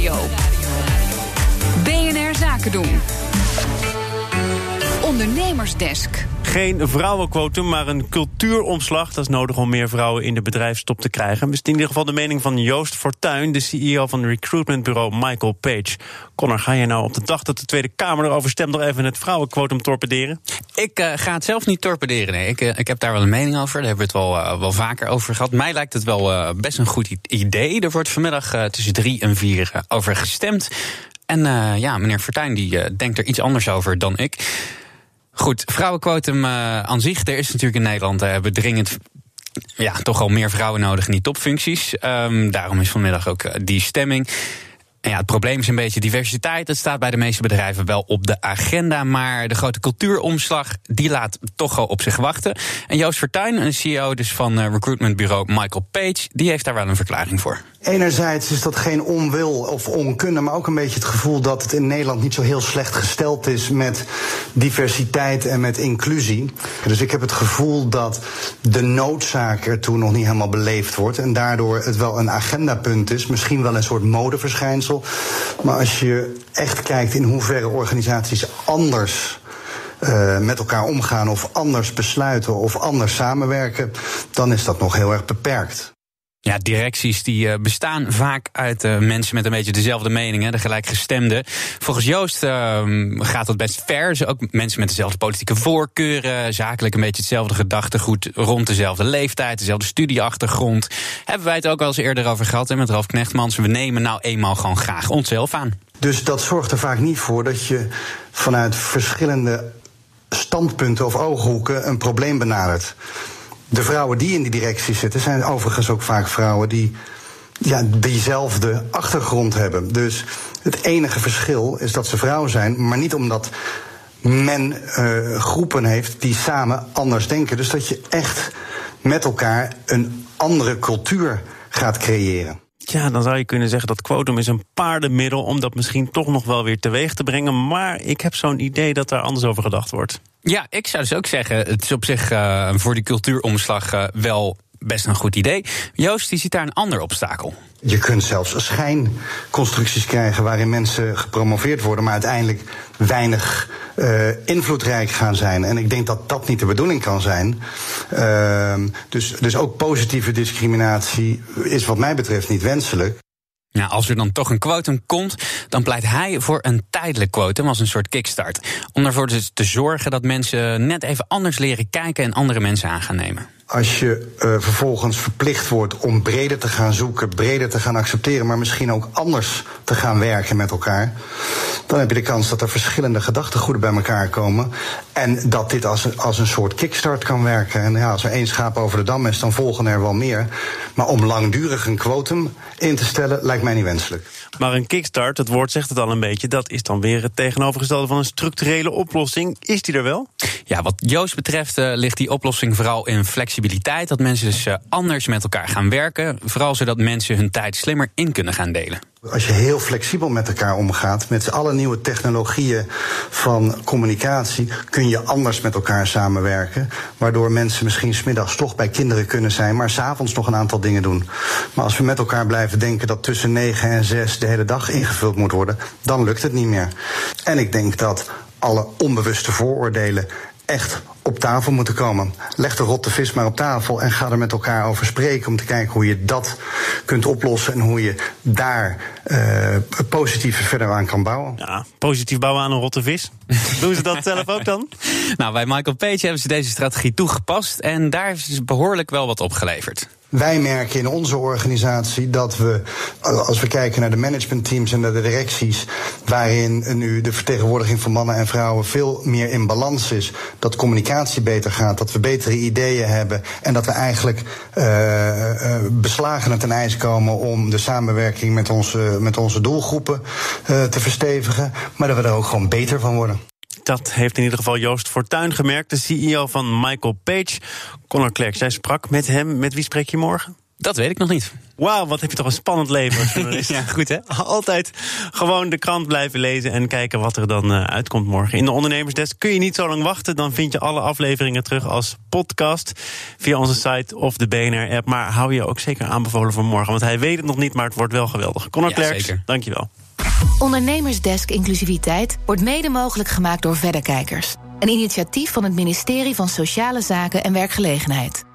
Nieuwsradio. BNR Zaken doen. Ondernemersdesk. Geen vrouwenquotum, maar een cultuuromslag. Dat is nodig om meer vrouwen in de bedrijfstop te krijgen. Dat is in ieder geval de mening van Joost Fortuyn, de CEO van recruitmentbureau Michael Page. Connor, ga je nou op de dag dat de Tweede Kamer erover stemt nog even het vrouwenquotum torpederen? Ik ga het zelf niet torpederen, nee. Ik heb daar wel een mening over, daar hebben we het wel vaker over gehad. Mij lijkt het wel best een goed idee. Er wordt vanmiddag tussen 3 en 4 over gestemd. En meneer Fortuyn die denkt er iets anders over dan ik. Goed, vrouwenquotum aan zich. Er is natuurlijk in Nederland hebben dringend toch al meer vrouwen nodig in die topfuncties. Daarom is vanmiddag ook die stemming. En het probleem is een beetje diversiteit. Dat staat bij de meeste bedrijven wel op de agenda. Maar de grote cultuuromslag, die laat toch al op zich wachten. En Joost Fortuyn, een CEO dus van recruitmentbureau Michael Page, die heeft daar wel een verklaring voor. Enerzijds is dat geen onwil of onkunde, maar ook een beetje het gevoel dat het in Nederland niet zo heel slecht gesteld is met diversiteit en met inclusie. Dus ik heb het gevoel dat de noodzaak ertoe nog niet helemaal beleefd wordt en daardoor het wel een agendapunt is, misschien wel een soort modeverschijnsel. Maar als je echt kijkt in hoeverre organisaties anders met elkaar omgaan of anders besluiten of anders samenwerken, dan is dat nog heel erg beperkt. Ja, directies die bestaan vaak uit mensen met een beetje dezelfde meningen, de gelijkgestemden. Volgens Joost gaat dat best ver. Ook mensen met dezelfde politieke voorkeuren, zakelijk een beetje hetzelfde gedachtegoed, rond dezelfde leeftijd, dezelfde studieachtergrond. Hebben wij het ook al eens eerder over gehad met Ralf Knechtmans. We nemen nou eenmaal gewoon graag onszelf aan. Dus dat zorgt er vaak niet voor dat je vanuit verschillende standpunten of ooghoeken een probleem benadert. De vrouwen die in die directie zitten zijn overigens ook vaak vrouwen die diezelfde achtergrond hebben. Dus het enige verschil is dat ze vrouw zijn, maar niet omdat men groepen heeft die samen anders denken. Dus dat je echt met elkaar een andere cultuur gaat creëren. Ja, dan zou je kunnen zeggen dat quotum is een paardenmiddel om dat misschien toch nog wel weer teweeg te brengen. Maar ik heb zo'n idee dat daar anders over gedacht wordt. Ja, ik zou dus ook zeggen, het is op zich voor die cultuuromslag wel best een goed idee. Joost, die ziet daar een ander obstakel. Je kunt zelfs schijnconstructies krijgen waarin mensen gepromoveerd worden, maar uiteindelijk weinig invloedrijk gaan zijn. En ik denk dat dat niet de bedoeling kan zijn. Dus ook positieve discriminatie is wat mij betreft niet wenselijk. Ja, als er dan toch een quotum komt, dan pleit hij voor een tijdelijk quotum als een soort kickstart. Om ervoor dus te zorgen dat mensen net even anders leren kijken en andere mensen aan gaan nemen. Als je vervolgens verplicht wordt om breder te gaan zoeken, breder te gaan accepteren, maar misschien ook anders te gaan werken met elkaar, dan heb je de kans dat er verschillende gedachtegoeden bij elkaar komen. En dat dit als een soort kickstart kan werken. En ja, als er 1 schaap over de dam is, dan volgen er wel meer. Maar om langdurig een quotum in te stellen, lijkt mij niet wenselijk. Maar een kickstart, het woord zegt het al een beetje, dat is dan weer het tegenovergestelde van een structurele oplossing. Is die er wel? Ja, wat Joost betreft ligt die oplossing vooral in flexibiliteit. Dat mensen dus anders met elkaar gaan werken. Vooral zodat mensen hun tijd slimmer in kunnen gaan delen. Als je heel flexibel met elkaar omgaat, met alle nieuwe technologieën van communicatie, kun je anders met elkaar samenwerken. Waardoor mensen misschien 's middags toch bij kinderen kunnen zijn, maar 's avonds nog een aantal dingen doen. Maar als we met elkaar blijven denken dat tussen 9 en 6 de hele dag ingevuld moet worden, dan lukt het niet meer. En ik denk dat alle onbewuste vooroordelen echt op tafel moeten komen. Leg de rotte vis maar op tafel en ga er met elkaar over spreken om te kijken hoe je dat kunt oplossen en hoe je daar positief verder aan kan bouwen. Ja, positief bouwen aan een rotte vis. Doen ze dat zelf ook dan? Nou, bij Michael Page hebben ze deze strategie toegepast en daar heeft ze behoorlijk wel wat opgeleverd. Wij merken in onze organisatie dat we, als we kijken naar de managementteams en naar de directies, waarin nu de vertegenwoordiging van mannen en vrouwen veel meer in balans is, dat communicatie beter gaat, dat we betere ideeën hebben en dat we eigenlijk beslagen ten ijs komen om de samenwerking met onze doelgroepen te verstevigen, maar dat we er ook gewoon beter van worden. Dat heeft in ieder geval Joost Fortuyn gemerkt, de CEO van Michael Page. Connor Klerks, jij sprak met hem. Met wie spreek je morgen? Dat weet ik nog niet. Wauw, wat heb je toch een spannend leven als journalist. Ja, goed hè? Altijd gewoon de krant blijven lezen en kijken wat er dan uitkomt morgen. In de Ondernemersdesk kun je niet zo lang wachten. Dan vind je alle afleveringen terug als podcast via onze site of de BNR-app. Maar hou je ook zeker aanbevolen voor morgen. Want hij weet het nog niet, maar het wordt wel geweldig. Connor Klerks, dankjewel. Ondernemersdesk Inclusiviteit wordt mede mogelijk gemaakt door Verderkijkers. Een initiatief van het ministerie van Sociale Zaken en Werkgelegenheid.